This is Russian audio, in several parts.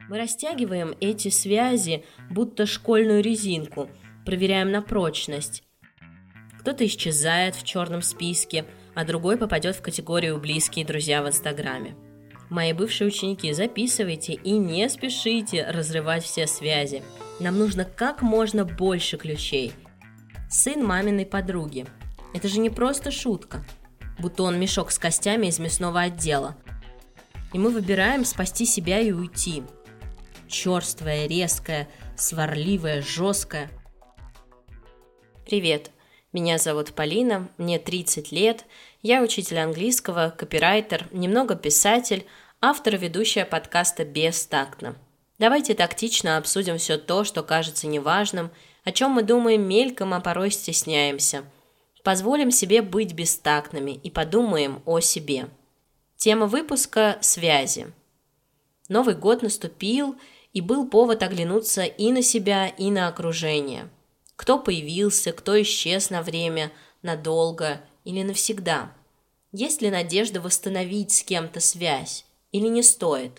Мы растягиваем эти связи, будто школьную резинку, проверяем на прочность. Кто-то исчезает в черном списке, а другой попадет в категорию «близкие друзья» в Инстаграме. Мои бывшие ученики, записывайте и не спешите разрывать все связи. Нам нужно как можно больше ключей. Сын маминой подруги. Это же не просто шутка, будто он мешок с костями из мясного отдела. И мы выбираем спасти себя и уйти. Черствая, резкая, сварливая, жесткая. Привет, меня зовут Полина, мне 30 лет, я учитель английского, копирайтер, немного писатель, автор и ведущая подкаста «Бестактно». Давайте тактично обсудим все то, что кажется неважным, о чем мы думаем мельком, а порой стесняемся. Позволим себе быть бестактными и подумаем о себе. Тема выпуска – связи. Новый год наступил, и был повод оглянуться и на себя, и на окружение. Кто появился, кто исчез на время, надолго или навсегда. Есть ли надежда восстановить с кем-то связь или не стоит?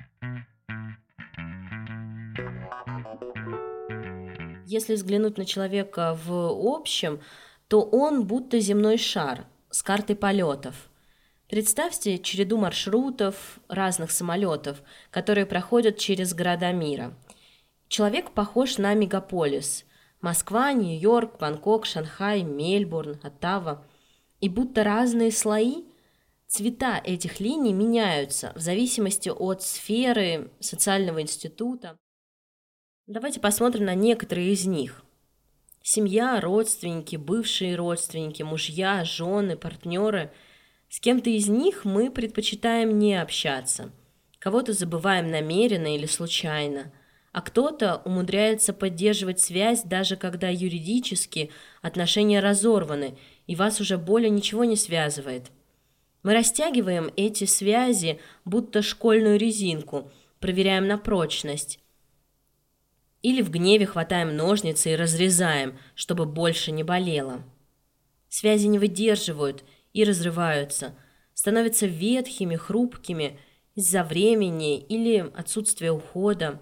Если взглянуть на человека в общем, то он будто земной шар с картой полетов. Представьте череду маршрутов разных самолетов, которые проходят через города мира. Человек похож на мегаполис. Москва, Нью-Йорк, Бангкок, Шанхай, Мельбурн, Оттава. И будто разные слои, цвета этих линий меняются в зависимости от сферы, социального института. Давайте посмотрим на некоторые из них. Семья, родственники, бывшие родственники, мужья, жены, партнеры. С кем-то из них мы предпочитаем не общаться. Кого-то забываем намеренно или случайно. А кто-то умудряется поддерживать связь, даже когда юридически отношения разорваны, и вас уже более ничего не связывает. Мы растягиваем эти связи, будто школьную резинку, проверяем на прочность. Или в гневе хватаем ножницы и разрезаем, чтобы больше не болело. Связи не выдерживают и разрываются, становятся ветхими, хрупкими из-за времени или отсутствия ухода.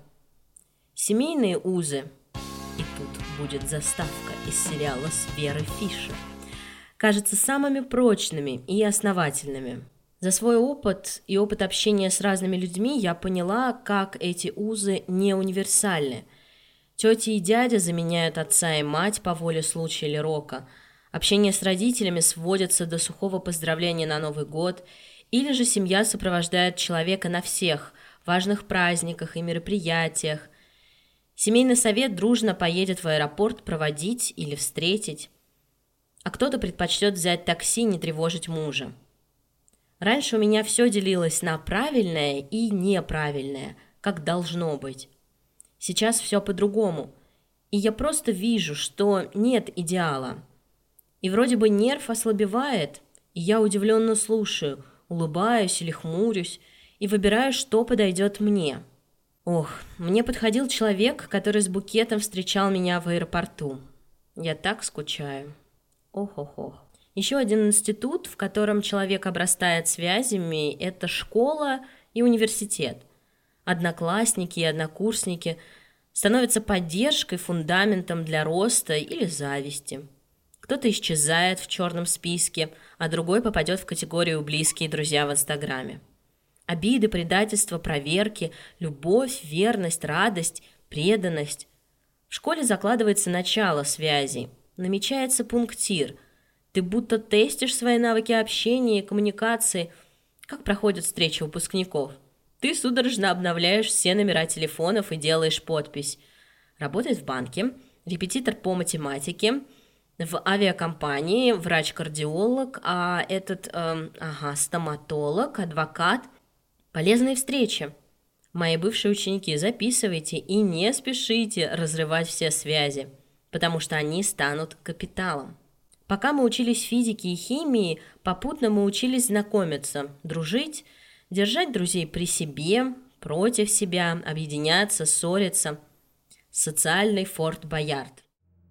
Семейные узы, и тут будет заставка из сериала с Верой Фишер, кажутся самыми прочными и основательными. За свой опыт и опыт общения с разными людьми я поняла, как эти узы не универсальны. Тети и дядя заменяют отца и мать по воле случая или рока. Общение с родителями сводится до сухого поздравления на Новый год, или же семья сопровождает человека на всех важных праздниках и мероприятиях. Семейный совет дружно поедет в аэропорт проводить или встретить, а кто-то предпочтет взять такси и не тревожить мужа. Раньше у меня все делилось на правильное и неправильное, как должно быть. Сейчас все по-другому, и я просто вижу, что нет идеала. И вроде бы нерв ослабевает, и я удивленно слушаю, улыбаюсь или хмурюсь, и выбираю, что подойдет мне. Ох, мне подходил человек, который с букетом встречал меня в аэропорту. Я так скучаю. Ох-ох-ох. Еще один институт, в котором человек обрастает связями, это школа и университет. Одноклассники и однокурсники становятся поддержкой, фундаментом для роста или зависти. Кто-то исчезает в черном списке, а другой попадет в категорию «близкие друзья» в Инстаграме. Обиды, предательство, проверки, любовь, верность, радость, преданность. В школе закладывается начало связей, намечается пунктир. Ты будто тестишь свои навыки общения и коммуникации. Как проходят встречи выпускников? Ты судорожно обновляешь все номера телефонов и делаешь подпись. Работает в банке, репетитор по математике, в авиакомпании, врач-кардиолог, а этот, стоматолог, адвокат. Полезные встречи. Мои бывшие ученики, записывайте и не спешите разрывать все связи, потому что они станут капиталом. Пока мы учились физике и химии, попутно мы учились знакомиться, дружить, держать друзей при себе, против себя, объединяться, ссориться. Социальный Форт Боярд.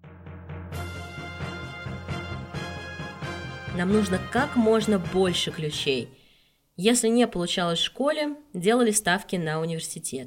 Нам нужно как можно больше ключей. Если не получалось в школе, делали ставки на университет.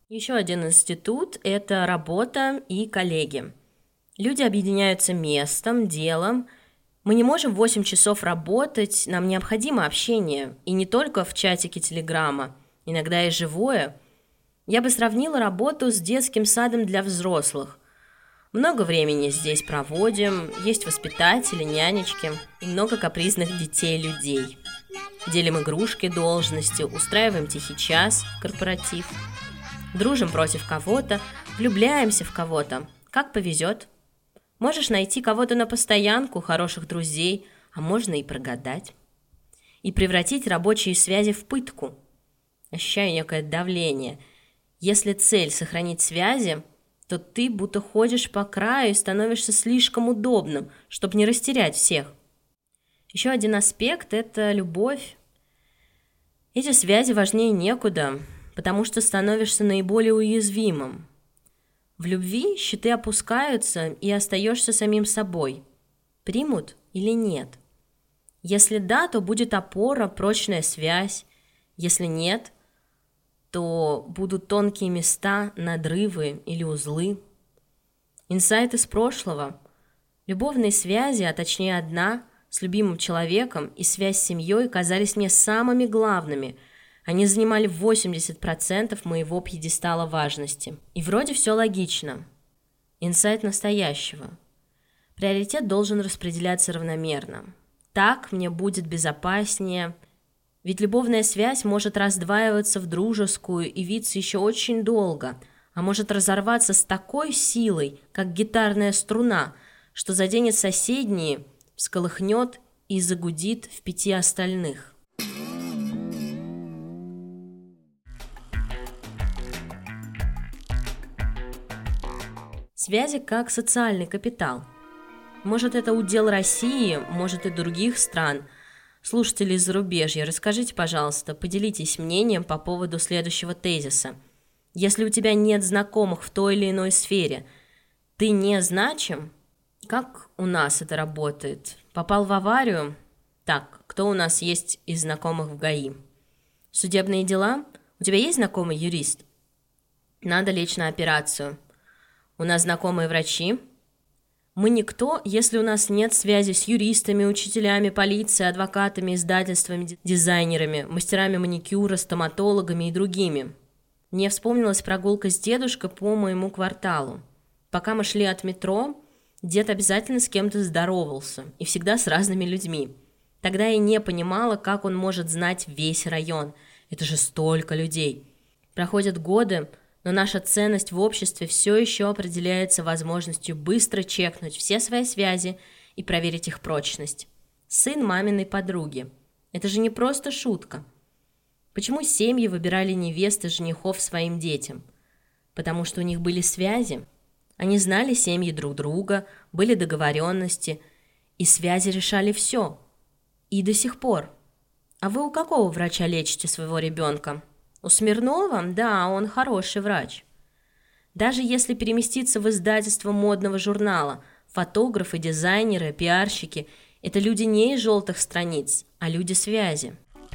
Еще один институт – это работа и коллеги. Люди объединяются местом, делом. Мы не можем 8 часов работать, нам необходимо общение. И не только в чатике Телеграма, иногда и живое. Я бы сравнила работу с детским садом для взрослых. Много времени здесь проводим, есть воспитатели, нянечки и много капризных детей-людей. Делим игрушки, должности, устраиваем тихий час, корпоратив. Дружим против кого-то, влюбляемся в кого-то, как повезет. Можешь найти кого-то на постоянку, хороших друзей, а можно и прогадать. И превратить рабочие связи в пытку. Ощущаю некое давление. Если цель сохранить связи, то ты будто ходишь по краю и становишься слишком удобным, чтобы не растерять всех. Еще один аспект – это любовь. Эти связи важнее некуда, потому что становишься наиболее уязвимым. В любви щиты опускаются, и остаешься самим собой. Примут или нет? Если да, то будет опора, прочная связь. Если нет, то будут тонкие места, надрывы или узлы. Инсайт из прошлого. Любовные связи, а точнее одна, с любимым человеком и связь с семьей казались мне самыми главными. Они занимали 80% моего пьедестала важности. И вроде все логично. Инсайт настоящего. Приоритет должен распределяться равномерно. Так мне будет безопаснее. Ведь любовная связь может раздваиваться в дружескую и виться еще очень долго, а может разорваться с такой силой, как гитарная струна, что заденет соседние, всколыхнет и загудит в 5 остальных. Связи как социальный капитал. Может, это удел России, может, и других стран. Слушатели из зарубежья, расскажите, пожалуйста, поделитесь мнением по поводу следующего тезиса. Если у тебя нет знакомых в той или иной сфере, ты не значим? Как у нас это работает? Попал в аварию? Так, кто у нас есть из знакомых в ГАИ? Судебные дела? У тебя есть знакомый юрист? Надо лечь на операцию. У нас знакомые врачи. Мы никто, если у нас нет связи с юристами, учителями, полицией, адвокатами, издательствами, дизайнерами, мастерами маникюра, стоматологами и другими. Мне вспомнилась прогулка с дедушкой по моему кварталу. Пока мы шли от метро, дед обязательно с кем-то здоровался, и всегда с разными людьми. Тогда я не понимала, как он может знать весь район. Это же столько людей. Проходят годы, но наша ценность в обществе все еще определяется возможностью быстро чекнуть все свои связи и проверить их прочность. Сын маминой подруги. Это же не просто шутка. Почему семьи выбирали невест и женихов своим детям? Потому что у них были связи. Они знали семьи друг друга, были договоренности, и связи решали все. И до сих пор. А вы у какого врача лечите своего ребенка? У Смирнова? Да, он хороший врач. Даже если переместиться в издательство модного журнала, фотографы, дизайнеры, пиарщики – это люди не из желтых страниц, а люди связи.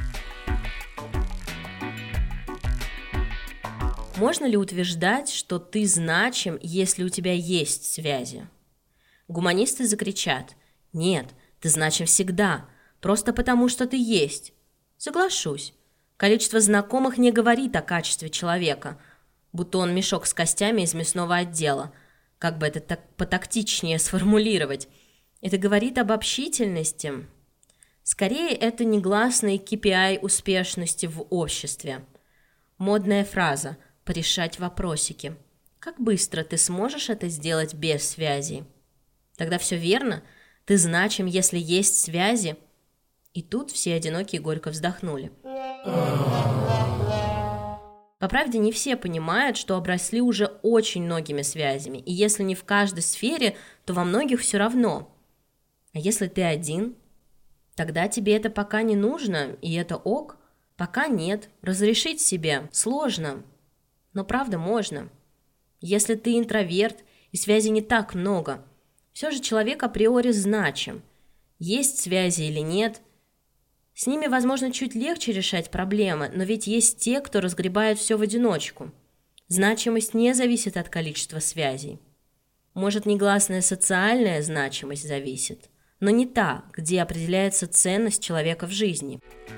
Можно ли утверждать, что ты значим, если у тебя есть связи? Гуманисты закричат: «Нет, ты значим всегда, просто потому что ты есть». Соглашусь. Количество знакомых не говорит о качестве человека, будто он мешок с костями из мясного отдела. Как бы это так потактичнее сформулировать? Это говорит об общительности. Скорее, это негласный KPI успешности в обществе. Модная фраза «порешать вопросики». Как быстро ты сможешь это сделать без связей? Тогда все верно. Ты значим, если есть связи. И тут все одинокие горько вздохнули. По правде, не все понимают, что обросли уже очень многими связями, и если не в каждой сфере, то во многих все равно. А если ты один, тогда тебе это пока не нужно, и это ок. Пока нет, разрешить себе сложно, но правда можно. Если ты интроверт и связей не так много, все же человек априори значим. Есть связи или нет – с ними, возможно, чуть легче решать проблемы, но ведь есть те, кто разгребает все в одиночку. Значимость не зависит от количества связей. Может, негласная социальная значимость зависит, но не та, где определяется ценность человека в жизни.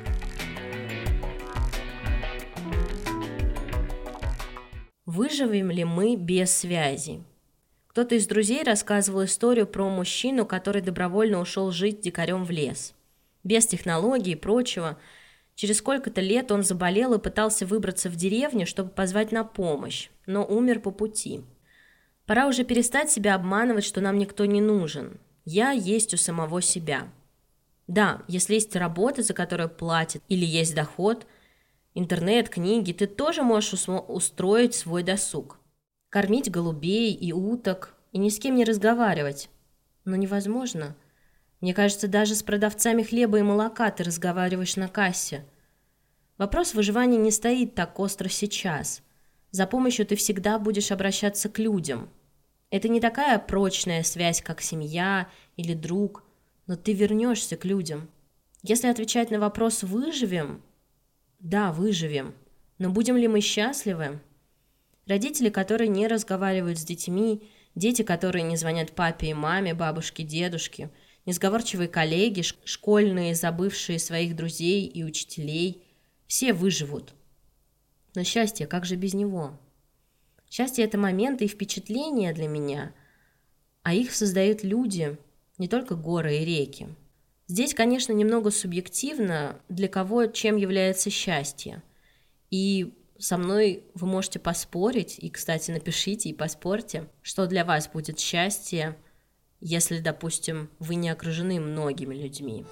Выживем ли мы без связи? Кто-то из друзей рассказывал историю про мужчину, который добровольно ушел жить дикарем в лес. Без технологий и прочего. Через сколько-то лет он заболел и пытался выбраться в деревню, чтобы позвать на помощь, но умер по пути. Пора уже перестать себя обманывать, что нам никто не нужен. Я есть у самого себя. Да, если есть работа, за которую платят, или есть доход, интернет, книги, ты тоже можешь устроить свой досуг. Кормить голубей и уток, и ни с кем не разговаривать. Но невозможно. Мне кажется, даже с продавцами хлеба и молока ты разговариваешь на кассе. Вопрос выживания не стоит так остро сейчас. За помощью ты всегда будешь обращаться к людям. Это не такая прочная связь, как семья или друг, но ты вернешься к людям. Если отвечать на вопрос «выживем?» Да, выживем. Но будем ли мы счастливы? Родители, которые не разговаривают с детьми, дети, которые не звонят папе и маме, бабушке, дедушке, несговорчивые коллеги, школьные, забывшие своих друзей и учителей, все выживут. Но счастье, как же без него? Счастье – это моменты и впечатления для меня, а их создают люди, не только горы и реки. Здесь, конечно, немного субъективно, для кого чем является счастье. И со мной вы можете поспорить, и, кстати, напишите и поспорьте, что для вас будет счастье, если, допустим, вы не окружены многими людьми.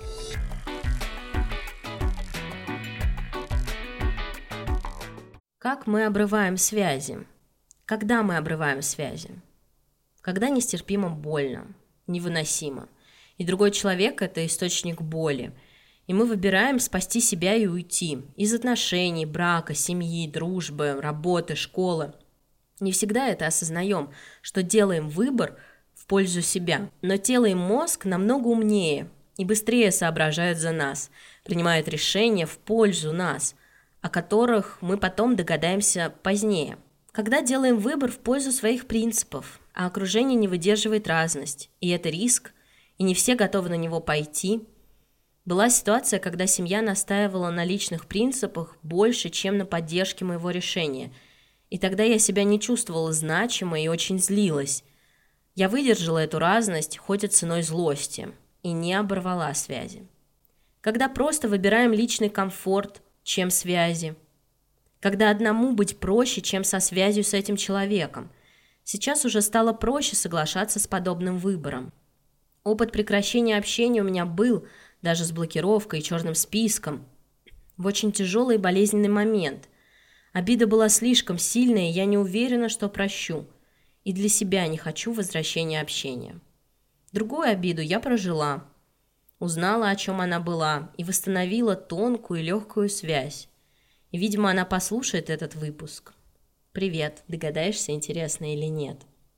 Как мы обрываем связи? Когда мы обрываем связи? Когда нестерпимо больно, невыносимо. И другой человек – это источник боли. И мы выбираем спасти себя и уйти из отношений, брака, семьи, дружбы, работы, школы. Не всегда это осознаем, что делаем выбор в пользу себя. Но тело и мозг намного умнее и быстрее соображают за нас, принимают решения в пользу нас, о которых мы потом догадаемся позднее. Когда делаем выбор в пользу своих принципов, а окружение не выдерживает разность, и это риск, и не все готовы на него пойти. Была ситуация, когда семья настаивала на личных принципах больше, чем на поддержке моего решения. И тогда я себя не чувствовала значимой и очень злилась. Я выдержала эту разность, хоть и ценой злости, и не оборвала связи. Когда просто выбираем личный комфорт, чем связи. Когда одному быть проще, чем со связью с этим человеком. Сейчас уже стало проще соглашаться с подобным выбором. Опыт прекращения общения у меня был, даже с блокировкой и черным списком, в очень тяжелый и болезненный момент. Обида была слишком сильная, и я не уверена, что прощу. И для себя не хочу возвращения общения. Другую обиду я прожила. Узнала, о чем она была, и восстановила тонкую и легкую связь. И, видимо, она послушает этот выпуск. Привет, догадаешься, интересно или нет?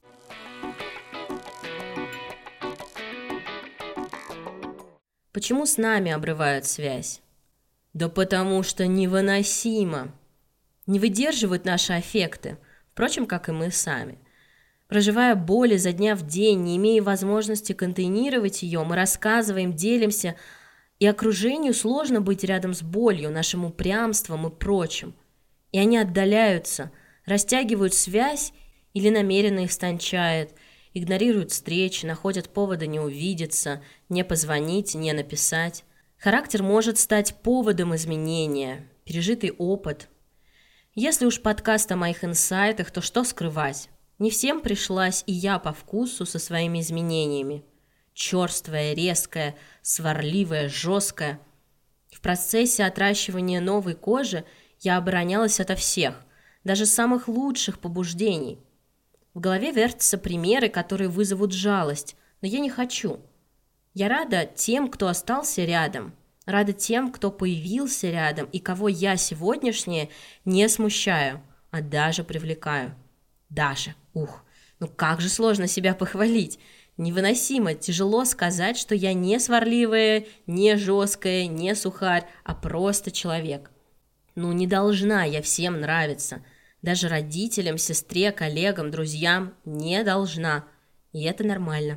Почему с нами обрывают связь? Да потому что невыносимо. Не выдерживают наши аффекты, впрочем, как и мы сами. Проживая боль изо дня в день, не имея возможности контейнировать ее, мы рассказываем, делимся, и окружению сложно быть рядом с болью, нашим упрямством и прочим. И они отдаляются, растягивают связь или намеренно их истончают, игнорируют встречи, находят поводы не увидеться, не позвонить, не написать. Характер может стать поводом изменения, пережитый опыт. Если уж подкаст о моих инсайтах, то что скрывать? Не всем пришлась и я по вкусу со своими изменениями. Черствая, резкая, сварливая, жесткая. В процессе отращивания новой кожи я оборонялась ото всех, даже самых лучших побуждений. В голове вертятся примеры, которые вызовут жалость, но я не хочу. Я рада тем, кто остался рядом, рада тем, кто появился рядом и кого я сегодняшнее не смущаю, а даже привлекаю. Даже, ну как же сложно себя похвалить. Невыносимо, тяжело сказать, что я не сварливая, не жесткая, не сухарь, а просто человек. Не должна я всем нравиться. Даже родителям, сестре, коллегам, друзьям не должна. И это нормально.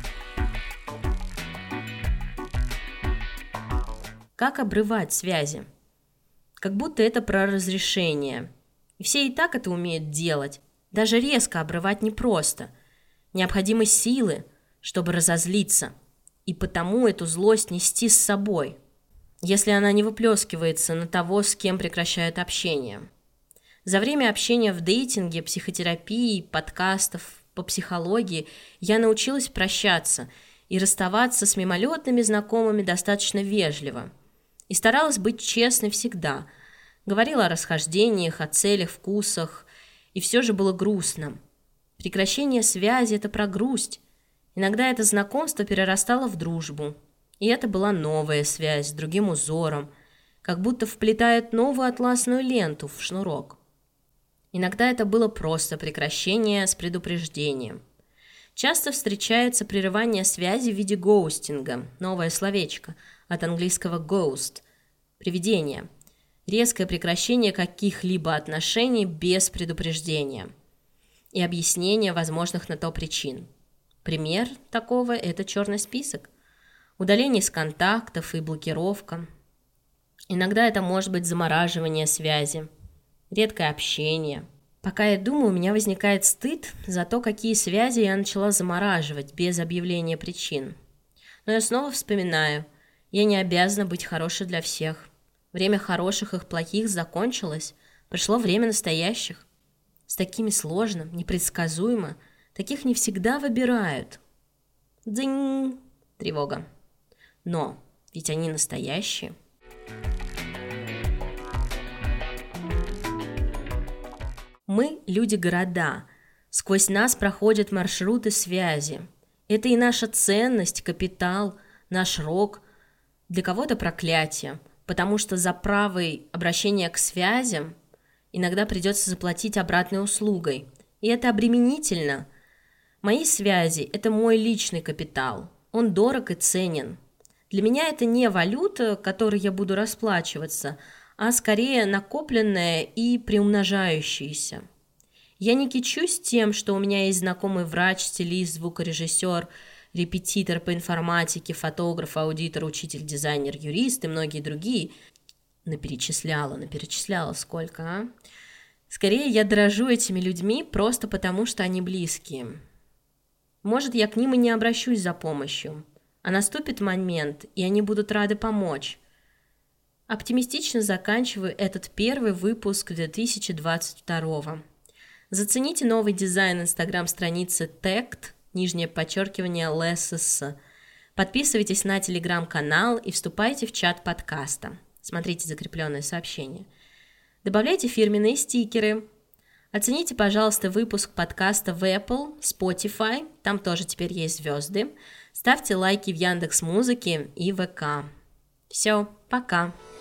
Как обрывать связи? Как будто это про разрешение. И все и так это умеют делать. Даже резко обрывать непросто. Необходимы силы, чтобы разозлиться. И потому эту злость нести с собой, если она не выплескивается на того, с кем прекращают общение. За время общения в дейтинге, психотерапии, подкастов по психологии я научилась прощаться и расставаться с мимолетными знакомыми достаточно вежливо. И старалась быть честной всегда. Говорила о расхождениях, о целях, вкусах. И все же было грустно. Прекращение связи – это про грусть. Иногда это знакомство перерастало в дружбу. И это была новая связь с другим узором, как будто вплетают новую атласную ленту в шнурок. Иногда это было просто прекращение с предупреждением. Часто встречается прерывание связи в виде гоустинга, новое словечко, от английского ghost – привидение. Резкое прекращение каких-либо отношений без предупреждения и объяснения возможных на то причин. Пример такого – это черный список. Удаление из контактов и блокировка. Иногда это может быть замораживание связи, редкое общение. Пока я думаю, у меня возникает стыд за то, какие связи я начала замораживать без объявления причин. Но я снова вспоминаю, я не обязана быть хорошей для всех. Время хороших и плохих закончилось, пришло время настоящих. С такими сложно, непредсказуемо, таких не всегда выбирают. Дзынь! Тревога. Но ведь они настоящие. Мы – люди-города. Сквозь нас проходят маршруты связи. Это и наша ценность, капитал, наш рок. Для кого-то проклятие, потому что за правое обращение к связям иногда придется заплатить обратной услугой. И это обременительно. Мои связи – это мой личный капитал. Он дорог и ценен. Для меня это не валюта, которой я буду расплачиваться, а скорее накопленное и приумножающееся. Я не кичусь тем, что у меня есть знакомый врач, стилист, звукорежиссер, репетитор по информатике, фотограф, аудитор, учитель, дизайнер, юрист и многие другие. Наперечисляла сколько, а? Скорее, я дорожу этими людьми просто потому, что они близкие. Может, я к ним и не обращусь за помощью, а наступит момент, и они будут рады помочь. Оптимистично заканчиваю этот первый выпуск 2022. Зацените новый дизайн инстаграм-страницы Tact, _Lessons. Подписывайтесь на телеграм-канал и вступайте в чат подкаста. Смотрите закрепленное сообщение. Добавляйте фирменные стикеры. Оцените, пожалуйста, выпуск подкаста в Apple, Spotify, там тоже теперь есть звезды. Ставьте лайки в Яндекс.Музыке и ВК. Все, пока!